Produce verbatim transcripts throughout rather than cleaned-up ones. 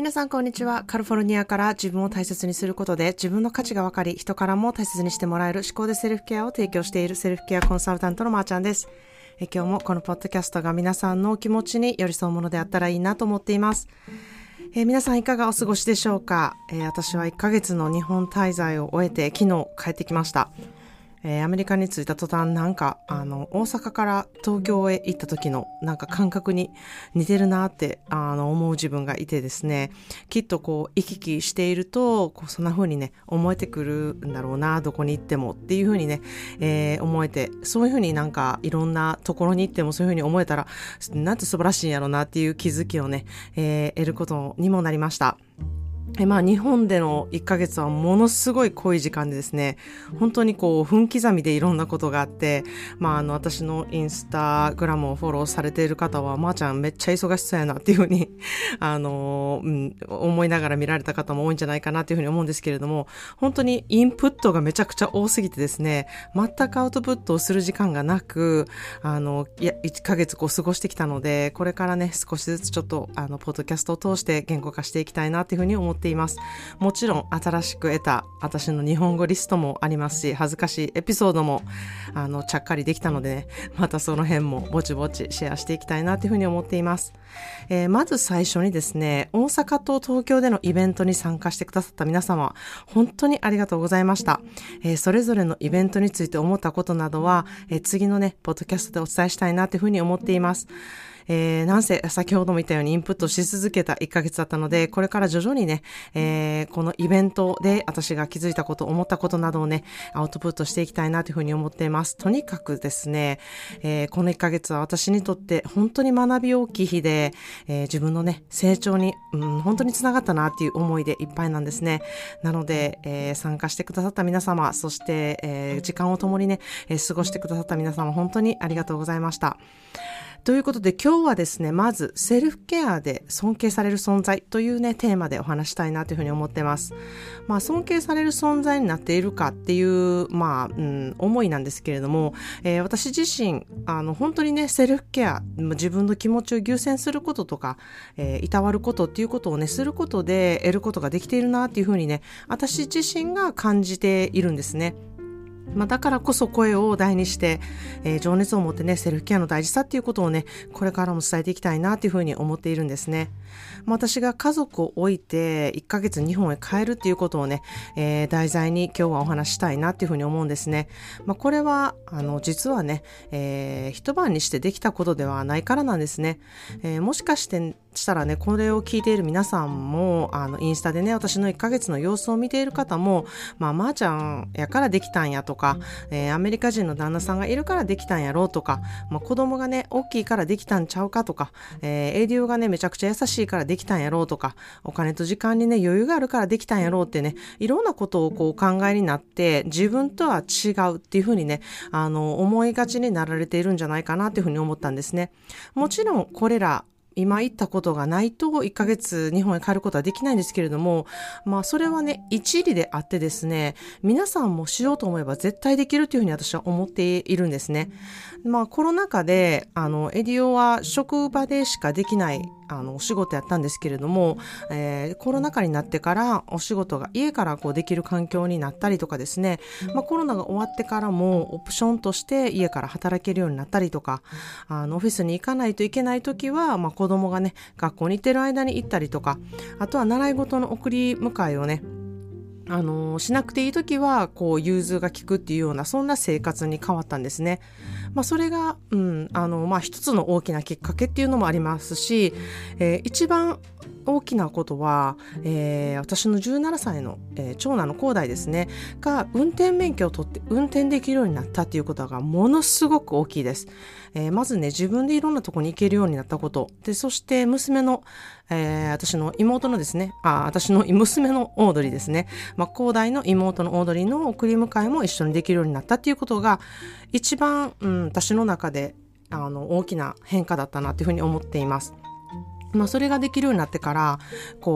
皆さんこんにちは。カリフォルニアから自分を大切にすることで自分の価値が分かり、人からも大切にしてもらえる思考でセルフケアを提供しているセルフケアコンサルタントのまーちゃんです。え今日もこのポッドキャストが皆さんのお気持ちに寄り添うものであったらいいなと思っています。え皆さんいかがお過ごしでしょうか。え私はいっかげつの日本滞在を終えて昨日帰ってきました。えー、アメリカに着いた途端なんかあの大阪から東京へ行った時のなんか感覚に似てるなってあの思う自分がいてですね、きっとこう行き来しているとこうそんな風にね思えてくるんだろうな、どこに行ってもっていう風にね、えー、思えて、そういう風になんかいろんなところに行ってもそういう風に思えたらなんて素晴らしいんやろうなっていう気づきをね、えー、得ることにもなりました。えまあ、日本でのいっかげつはものすごい濃い時間でですね、本当にこう分刻みでいろんなことがあって、まあ、あの私のインスタグラムをフォローされている方はまーちゃんめっちゃ忙しそうやなっていうふうにあの、うん、思いながら見られた方も多いんじゃないかなっていうふうに思うんですけれども、本当にインプットがめちゃくちゃ多すぎてですね、全くアウトプットをする時間がなく、あのいやいっかげつこう過ごしてきたので、これからね少しずつちょっとあのポッドキャストを通して言語化していきたいなっていうふうに思っています。もちろん新しく得た私の日本語リストもありますし、恥ずかしいエピソードもあのちゃっかりできたので、ね、またその辺もぼちぼちシェアしていきたいなというふうに思っています。えー、まず最初にですね、大阪と東京でのイベントに参加してくださった皆様、本当にありがとうございました。えー、それぞれのイベントについて思ったことなどは、えー、次のねポッドキャストでお伝えしたいなというふうに思っています。えー、なんせ先ほども言ったようにインプットし続けたいっかげつだったので、これから徐々にね、えー、このイベントで私が気づいたこと、思ったことなどをねアウトプットしていきたいなというふうに思っています。とにかくですね、えー、このいっかげつは私にとって本当に学び大きい日で、えー、自分のね成長に、うん、本当につながったなっていう思いでいっぱいなんですね。なので、えー、参加してくださった皆様、そして、えー、時間を共にね、えー、過ごしてくださった皆様、本当にありがとうございました。ということで今日はですね、まずセルフケアで尊敬される存在というねテーマでお話したいなというふうに思ってます。まあ尊敬される存在になっているかっていうまあ、うん、思いなんですけれども、えー、私自身あの本当にねセルフケア、自分の気持ちを優先することとか、えー、いたわることっていうことをねすることで得ることができているなっていうふうにね私自身が感じているんですね。まあ、だからこそ声を大にして、えー、情熱を持ってねセルフケアの大事さっていうことをねこれからも伝えていきたいなというふうに思っているんですね。まあ、私が家族を置いていっかげつ日本へ帰るっていうことをね、えー、題材に今日はお話したいなっていうふうに思うんですね。まあ、これはあの実はね、えー、一晩にしてできたことではないからなんですね。えー、もしかしてしたらねこれを聞いている皆さんもあのインスタでね私のいっかげつの様子を見ている方も、まあまーちゃんやからできたんやとか、えー、アメリカ人の旦那さんがいるからできたんやろうとか、まあ、子供がね大きいからできたんちゃうかとか、えー、エイディオがねめちゃくちゃ優しいからできたんやろうとか、お金と時間にね余裕があるからできたんやろうってね、いろんなことをこう考えになって自分とは違うっていうふうにねあの思いがちになられているんじゃないかなっていうふうに思ったんですね。もちろんこれら今言ったことがないといっかげつ日本へ帰ることはできないんですけれども、まあそれはね一理であってですね、皆さんもしようと思えば絶対できるというふうに私は思っているんですね。まあコロナ禍であのエディオは職場でしかできないあのお仕事やったんですけれども、えー、コロナ禍になってからお仕事が家からこうできる環境になったりとかですね、まあ、コロナが終わってからもオプションとして家から働けるようになったりとか、あのオフィスに行かないといけないときは、まあ、子供がね学校に行ってる間に行ったりとか、あとは習い事の送り迎えをねあのしなくていいときはこう融通が利くっていうようなそんな生活に変わったんですね。まあ、それが、うんあのまあ、一つの大きなきっかけっていうのもありますし、えー、一番大きなことは、えー、私のじゅうななさいの、えー、長男の広大ですねが運転免許を取って運転できるようになったっていうことがものすごく大きいです。えー、まずね自分でいろんなところに行けるようになったことで、そして娘の、えー、私の妹のですねあ私の娘のオードリーですね、まあ、広大の妹のオードリーの送り迎えも一緒にできるようになったっていうことが一番、うん、私の中であの大きな変化だったなというふうに思っています。まあ、それができるようになってからこう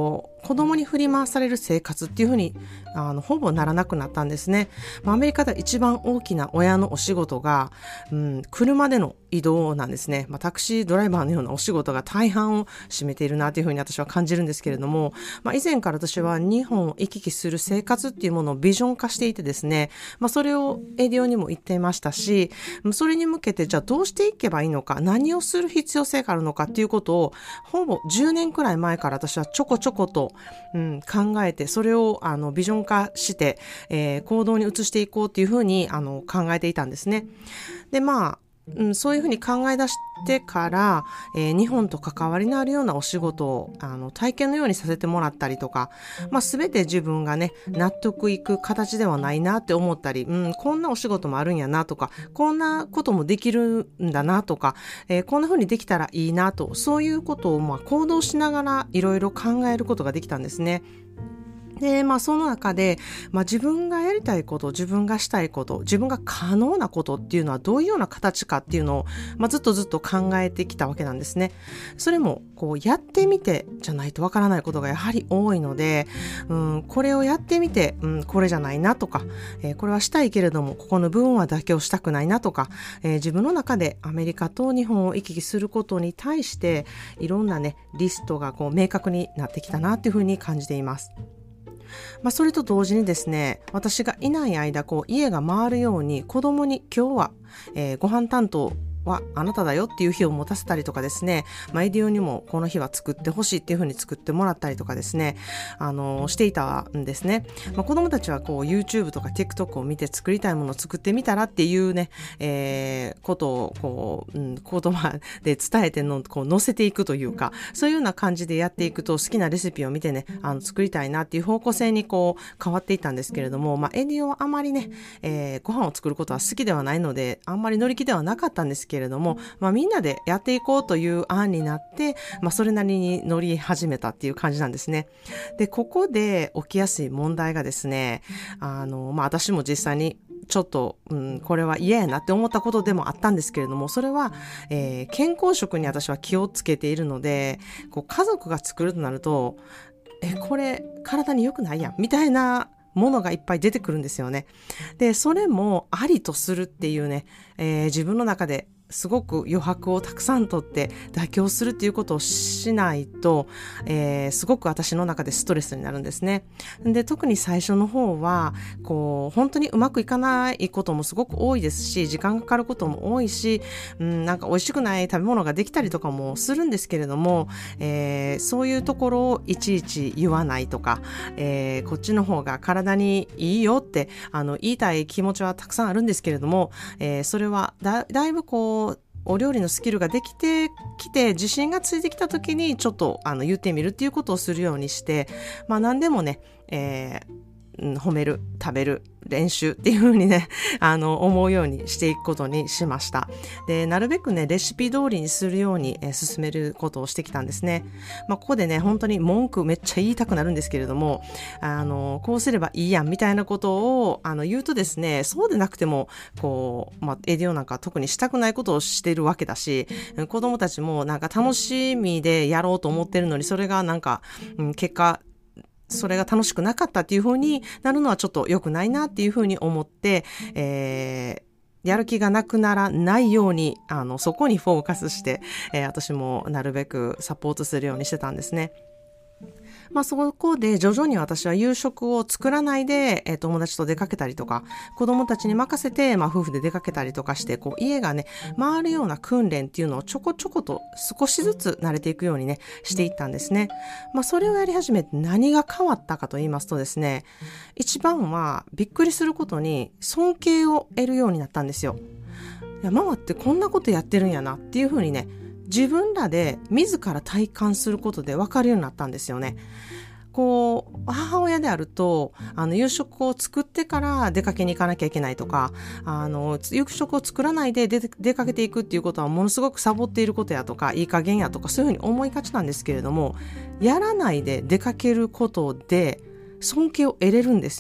子供に振り回される生活っていうふうにあのほぼならなくなったんですね。まあ、アメリカでは一番大きな親のお仕事が、うん、車での移動なんですね。まあ、タクシードライバーのようなお仕事が大半を占めているなというふうに私は感じるんですけれども、まあ、以前から私は日本を行き来する生活っていうものをビジョン化していてですね、まあ、それをエディオにも言っていましたし、それに向けてじゃあどうしていけばいいのか、何をする必要性があるのかっていうことをほぼじゅうねんくらい前から私はちょこちょこと、うん、考えて、それをあのビジョン化して、えー、行動に移していこうっていうふうにあの考えていたんですね。で、まあうん、そういうふうに考え出してから、えー、日本と関わりのあるようなお仕事をあの体験のようにさせてもらったりとか、まあ、全て自分がね納得いく形ではないなって思ったり、うん、こんなお仕事もあるんやなとか、こんなこともできるんだなとか、えー、こんなふうにできたらいいなと、そういうことをまあ行動しながらいろいろ考えることができたんですね。で、まあその中で、まあ自分がやりたいこと、自分がしたいこと、自分が可能なことっていうのはどういうような形かっていうのを、まあずっとずっと考えてきたわけなんですね。それも、こうやってみてじゃないとわからないことがやはり多いので、うん、これをやってみて、うん、これじゃないなとか、えー、これはしたいけれども、ここの部分は妥協したくないなとか、えー、自分の中でアメリカと日本を行き来することに対して、いろんなね、リストがこう明確になってきたなっていうふうに感じています。まあ、それと同時にですね、私がいない間、こう、家が回るように子供に今日は、えー、ご飯担当はあなただよっていう日を持たせたりとかですね、まあ、エディオにもこの日は作ってほしいっていう風に作ってもらったりとかですね、あのー、していたんですね。まあ、子供たちはこう YouTube とか TikTok を見て作りたいものを作ってみたらっていうね、えー、ことをこう、うん、言葉で伝えてのこう載せていくというか、そういうような感じでやっていくと好きなレシピを見てね、あの作りたいなっていう方向性にこう変わっていったんですけれども、まあ、エディオはあまりね、えー、ご飯を作ることは好きではないので、あんまり乗り気ではなかったんですけれども、まあ、みんなでやっていこうという案になって、まあ、それなりに乗り始めたっていう感じなんですね。で、ここで起きやすい問題がですね、あの、まあ、私も実際にちょっと、うん、これは嫌やなって思ったことでもあったんですけれども、それは、えー、健康食に私は気をつけているので、こう家族が作るとなると、え、これ体に良くないやんみたいなものがいっぱい出てくるんですよね。で、それもありとするっていうね、えー、自分の中ですごく余白をたくさんとって妥協するっていうことをしないと、えー、すごく私の中でストレスになるんですね。で、特に最初の方は、こう、本当にうまくいかないこともすごく多いですし、時間がかかることも多いし、うん、なんか美味しくない食べ物ができたりとかもするんですけれども、えー、そういうところをいちいち言わないとか、えー、こっちの方が体にいいよって、あの、言いたい気持ちはたくさんあるんですけれども、えー、それはだ、だいぶこう、お料理のスキルができてきて自信がついてきた時にちょっとあの言ってみるっていうことをするようにして、まあ何でもね、えーうん、褒める、食べる、練習っていう風にね、あの、思うようにしていくことにしました。で、なるべくね、レシピ通りにするように、えー、進めることをしてきたんですね。まあ、ここでね、本当に文句めっちゃ言いたくなるんですけれども、あの、こうすればいいやんみたいなことを、あの、言うとですね、そうでなくても、こう、まあ、エディオなんか特にしたくないことをしてるわけだし、子供たちもなんか楽しみでやろうと思ってるのに、それがなんか、うん、結果、それが楽しくなかったっていう風になるのはちょっと良くないなっていう風に思って、えー、やる気がなくならないように、あの、そこにフォーカスして、えー、私もなるべくサポートするようにしてたんですね。まあそこで徐々に私は夕食を作らないで、えー、友達と出かけたりとか、子供たちに任せて、まあ夫婦で出かけたりとかして、こう家がね、回るような訓練っていうのをちょこちょこと少しずつ慣れていくようにね、していったんですね。まあそれをやり始めて何が変わったかと言いますとですね、一番はびっくりすることに尊敬を得るようになったんですよ。いや、ママってこんなことやってるんやなっていうふうにね、自分らで自ら体感することで分かるようになったんですよね。こう、母親であると、あの、夕食を作ってから出かけに行かなきゃいけないとか、あの、夕食を作らないで出、出かけていくっていうことはものすごくサボっていることやとか、いい加減やとか、そういうふうに思いがちなんですけれども、やらないで出かけることで尊敬を得れるんですよね。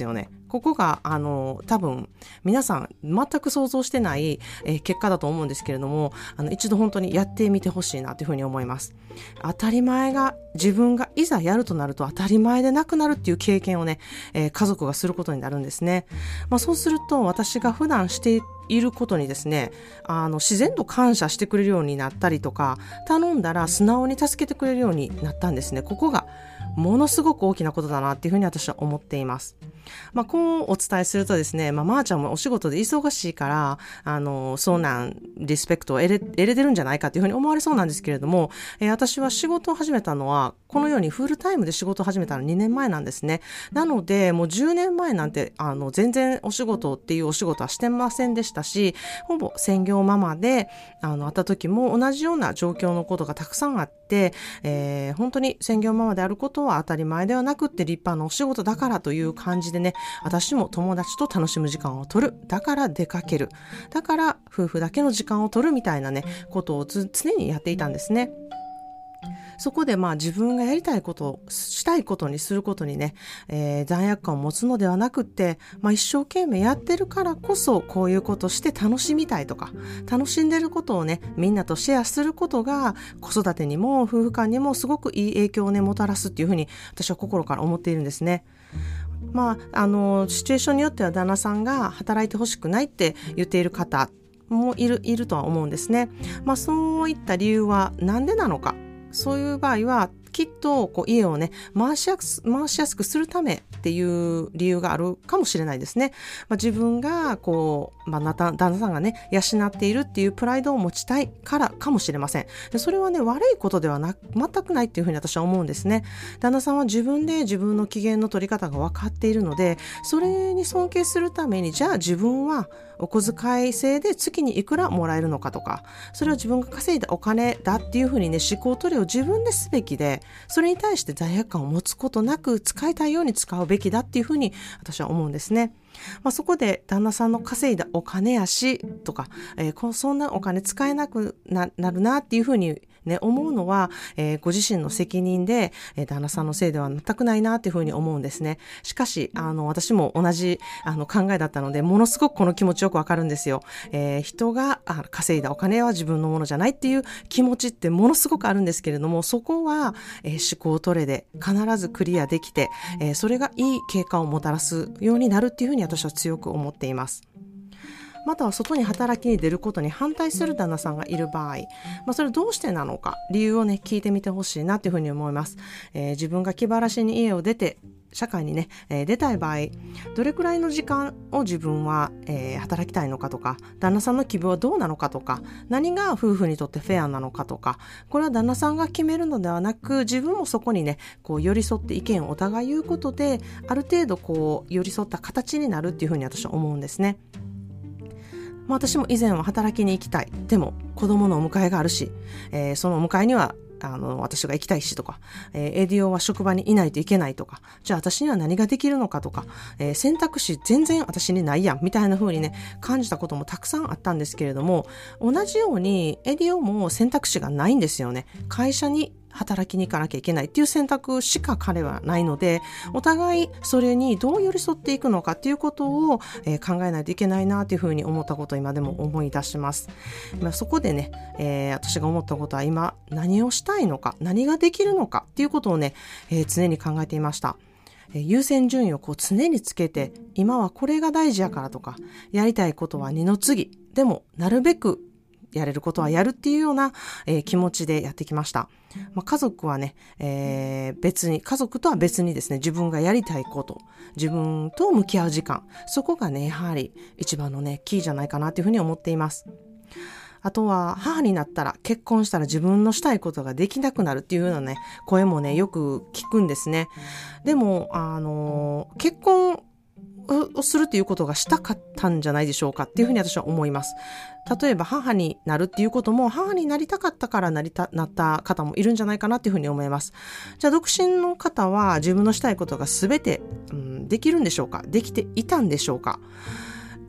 ここが、あの、多分、皆さん全く想像してない、えー、結果だと思うんですけれども、あの、一度本当にやってみてほしいなというふうに思います。当たり前が、自分がいざやるとなると当たり前でなくなるっていう経験をね、えー、家族がすることになるんですね。まあ、そうすると、私が普段していることにですね、あの、自然と感謝してくれるようになったりとか、頼んだら素直に助けてくれるようになったんですね。ここが、ものすごく大きなことだなっていうふうに私は思っています。まあ、こうお伝えするとですね、まあ、まーちゃんもお仕事で忙しいから、あの、そうなんリスペクトを得れ、得れてるんじゃないかっていうふうに思われそうなんですけれども、えー、私は仕事を始めたのは、このようにフルタイムで仕事を始めたのにねんまえなんですね。なので、もうじゅうねんまえなんて、あの、全然お仕事っていうお仕事はしてませんでしたし、ほぼ専業ママで、あの、あった時も同じような状況のことがたくさんあって、えー、本当に専業ママであることは当たり前ではなくって立派なお仕事だからという感じでね、私も友達と楽しむ時間を取る。だから出かける。だから夫婦だけの時間を取るみたいなね、ことを常にやっていたんですね。そこでまあ自分がやりたいことをしたいことにすることにね、えー、罪悪感を持つのではなくって、まあ、一生懸命やってるからこそこういうことして楽しみたいとか、楽しんでることをね、みんなとシェアすることが子育てにも夫婦間にもすごくいい影響をね、もたらすっていうふうに私は心から思っているんですね。まあ、あの、シチュエーションによっては旦那さんが働いてほしくないって言っている方もいる、いるとは思うんですね。まあ、そういった理由はなんでなのか。そういう場合は、きっとこう家をね、回しやす、回しやすくするためっていう理由があるかもしれないですね。まあ、自分がこう、まあ、旦那さんがね、養っているっていうプライドを持ちたいからかもしれません。でそれはね、悪いことではな全くないっていうふうに私は思うんですね。旦那さんは自分で自分の機嫌の取り方が分かっているので、それに尊敬するために、じゃあ自分はお小遣い制で月にいくらもらえるのかとか、それは自分が稼いだお金だっていうふうにね、思考トレを自分ですべきで、それに対して罪悪感を持つことなく使いたいように使うべきだっていうふうに私は思うんですね。まあ、そこで旦那さんの稼いだお金やしとか、えー、そんなお金使えなく な, なるなっていうふうにね、思うのは、えー、ご自身の責任で、えー、旦那さんのせいでは全くないなっていうふうに思うんですね。しかし、あの、私も同じあの考えだったので、ものすごくこの気持ちよくわかるんですよ。えー、人があ稼いだお金は自分のものじゃないっていう気持ちってものすごくあるんですけれども、そこは、えー、思考トレで必ずクリアできて、えー、それがいい経過をもたらすようになるっていうふうに私は強く思っています。または外に働きに出ることに反対する旦那さんがいる場合、まあ、それどうしてなのか理由をね聞いてみてほしいなというふうに思います。えー、自分が気晴らしに家を出て社会にね、えー、出たい場合、どれくらいの時間を自分は、えー、働きたいのかとか、旦那さんの希望はどうなのかとか、何が夫婦にとってフェアなのかとか、これは旦那さんが決めるのではなく、自分もそこにねこう寄り添って意見をお互い言うことで、ある程度こう寄り添った形になるっていうふうに私は思うんですね。まあ、私も以前は働きに行きたい。でも子供のお迎えがあるし、えー、そのお迎えにはあの私が行きたいしとか、えー、エーディーオー は職場にいないといけないとか、じゃあ私には何ができるのかとか、えー、選択肢全然私にないやんみたいな風にね感じたこともたくさんあったんですけれども、同じように エーディーオー も選択肢がないんですよね。会社に働きに行かなきゃいけないっていう選択しか彼はないので、お互いそれにどう寄り添っていくのかっていうことを、えー、考えないといけないなというふうに思ったことを今でも思い出します。まあ、そこでね、えー、私が思ったことは今何をしたいのか、何ができるのかっていうことをね、えー、常に考えていました。優先順位をこう常につけて、今はこれが大事やからとか、やりたいことは二の次、でもなるべくやれることはやるっていうような、えー、気持ちでやってきました。まあ、家族はね、えー、別に、家族とは別にですね、自分がやりたいこと、自分と向き合う時間、そこがね、やはり一番のね、キーじゃないかなというふうに思っています。あとは、母になったら、結婚したら自分のしたいことができなくなるっていうようなね、声もね、よく聞くんですね。でも、あのー、結婚をするっていうことがしたかったんじゃないでしょうかっていうふうに私は思います。例えば母になるっていうことも母になりたかったからなりた、なった方もいるんじゃないかなっていうふうに思います。じゃあ独身の方は自分のしたいことが全て、うん、できるんでしょうか？できていたんでしょうか？っ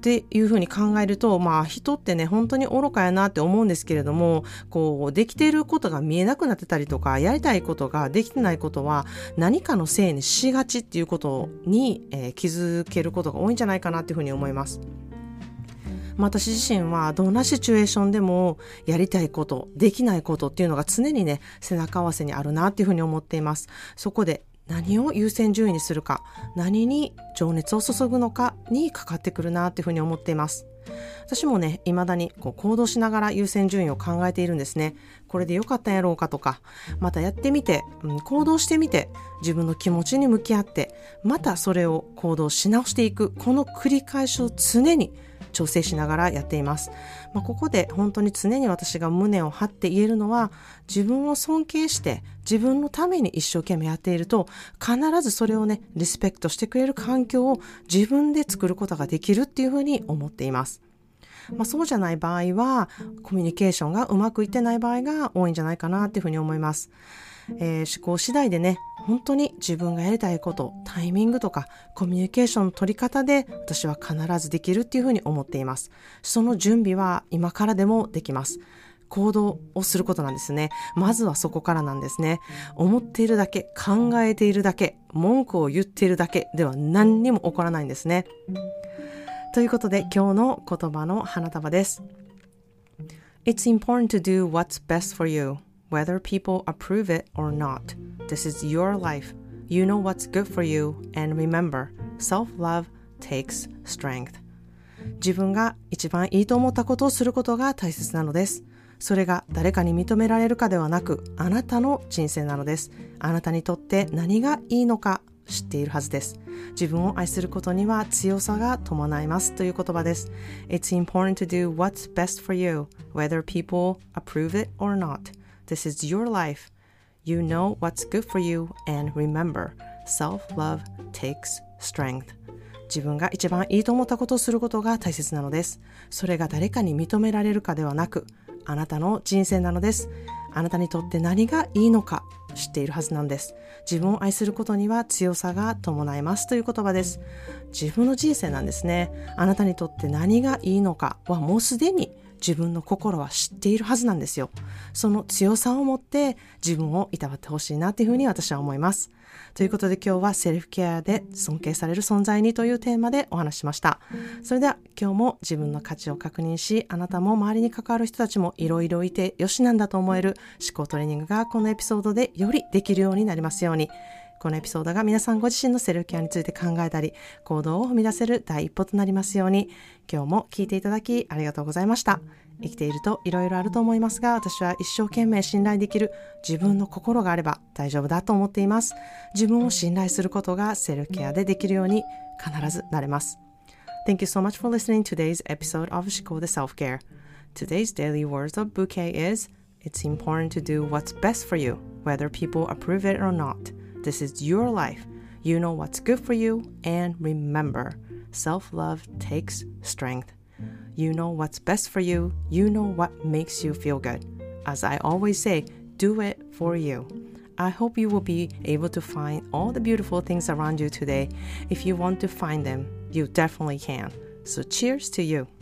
っていうふうに考えると、まあ人ってね本当に愚かやなって思うんですけれども、こうできていることが見えなくなってたりとか、やりたいことができてないことは何かのせいにしがちっていうことに、えー、気づけることが多いんじゃないかなっていうふうに思います。私自身はどんなシチュエーションでもやりたいこと、できないことっていうのが常にね背中合わせにあるなっていうふうに思っています。そこで何を優先順位にするか、何に情熱を注ぐのかにかかってくるなっていうふうに思っています。私もね、未だにこう行動しながら優先順位を考えているんですね。これで良かったんやろうかとか、またやってみて、うん、行動してみて、自分の気持ちに向き合って、またそれを行動し直していく、この繰り返しを常に調整しながらやっています。まあ、ここで本当に常に私が胸を張って言えるのは、自分を尊敬して自分のために一生懸命やっていると、必ずそれをねリスペクトしてくれる環境を自分で作ることができるっていうふうに思っています。まあ、そうじゃない場合はコミュニケーションがうまくいってない場合が多いんじゃないかなっていうふうに思います。えー、思考次第でね、本当に自分がやりたいこと、タイミングとかコミュニケーションの取り方で私は必ずできるっていうふうに思っています。その準備は今からでもできます。行動をすることなんですね。まずはそこからなんですね。思っているだけ、考えているだけ、文句を言っているだけでは何にも起こらないんですね。ということで今日の言葉の花束です。It's important to do what's best for you.Whether people approve it or not, this is your life. You know what's good for you, and remember, self-love takes strength. 自分が一番いいと思ったことをすることが大切なのです。それが誰かに認められるかではなく、あなたの人生なのです。あなたにとって何がいいのか知っているはずです。自分を愛することには強さが伴いますという言葉です。It's important to do what's best for you, whether people approve it or not.This is your life. You know what's good for you, and remember, self-love takes strength. 自分が一番いいと思ったことをすることが大切なのです。それが誰かに認められるかではなく、あなたの人生なのです。あなたにとって何がいいのか知っているはずなんです。自分を愛することには強さが伴いますという言葉です。自分の人生なんですね。あなたにとって何がいいのかはもうすでに自分の心は知っているはずなんですよ。その強さを持って自分をいたわってほしいなというふうに私は思います。ということで今日はセルフケアで尊敬される存在にというテーマでお話ししました。それでは今日も自分の価値を確認し、あなたも周りに関わる人たちもいろいろいてよしなんだと思える思考トレーニングがこのエピソードでよりできるようになりますように。このエピソードが皆さんご自身のセルフケアについて考えたり、行動を踏み出せる第一歩となりますように。今日も聞いていただきありがとうございました。生きているといろいろあると思いますが、私は一生懸命信頼できる自分の心があれば大丈夫だと思っています。自分を信頼することがセルフケアでできるように必ずなれます。Thank you so much for listening to today's episode of 思考で Self-Care. Today's daily words of bouquet is, It's important to do what's best for you, whether people approve it or not.This is your life. You know what's good for you, and remember, self-love takes strength. You know what's best for you. You know what makes you feel good. As I always say, do it for you. I hope you will be able to find all the beautiful things around you today. If you want to find them, you definitely can. So cheers to you.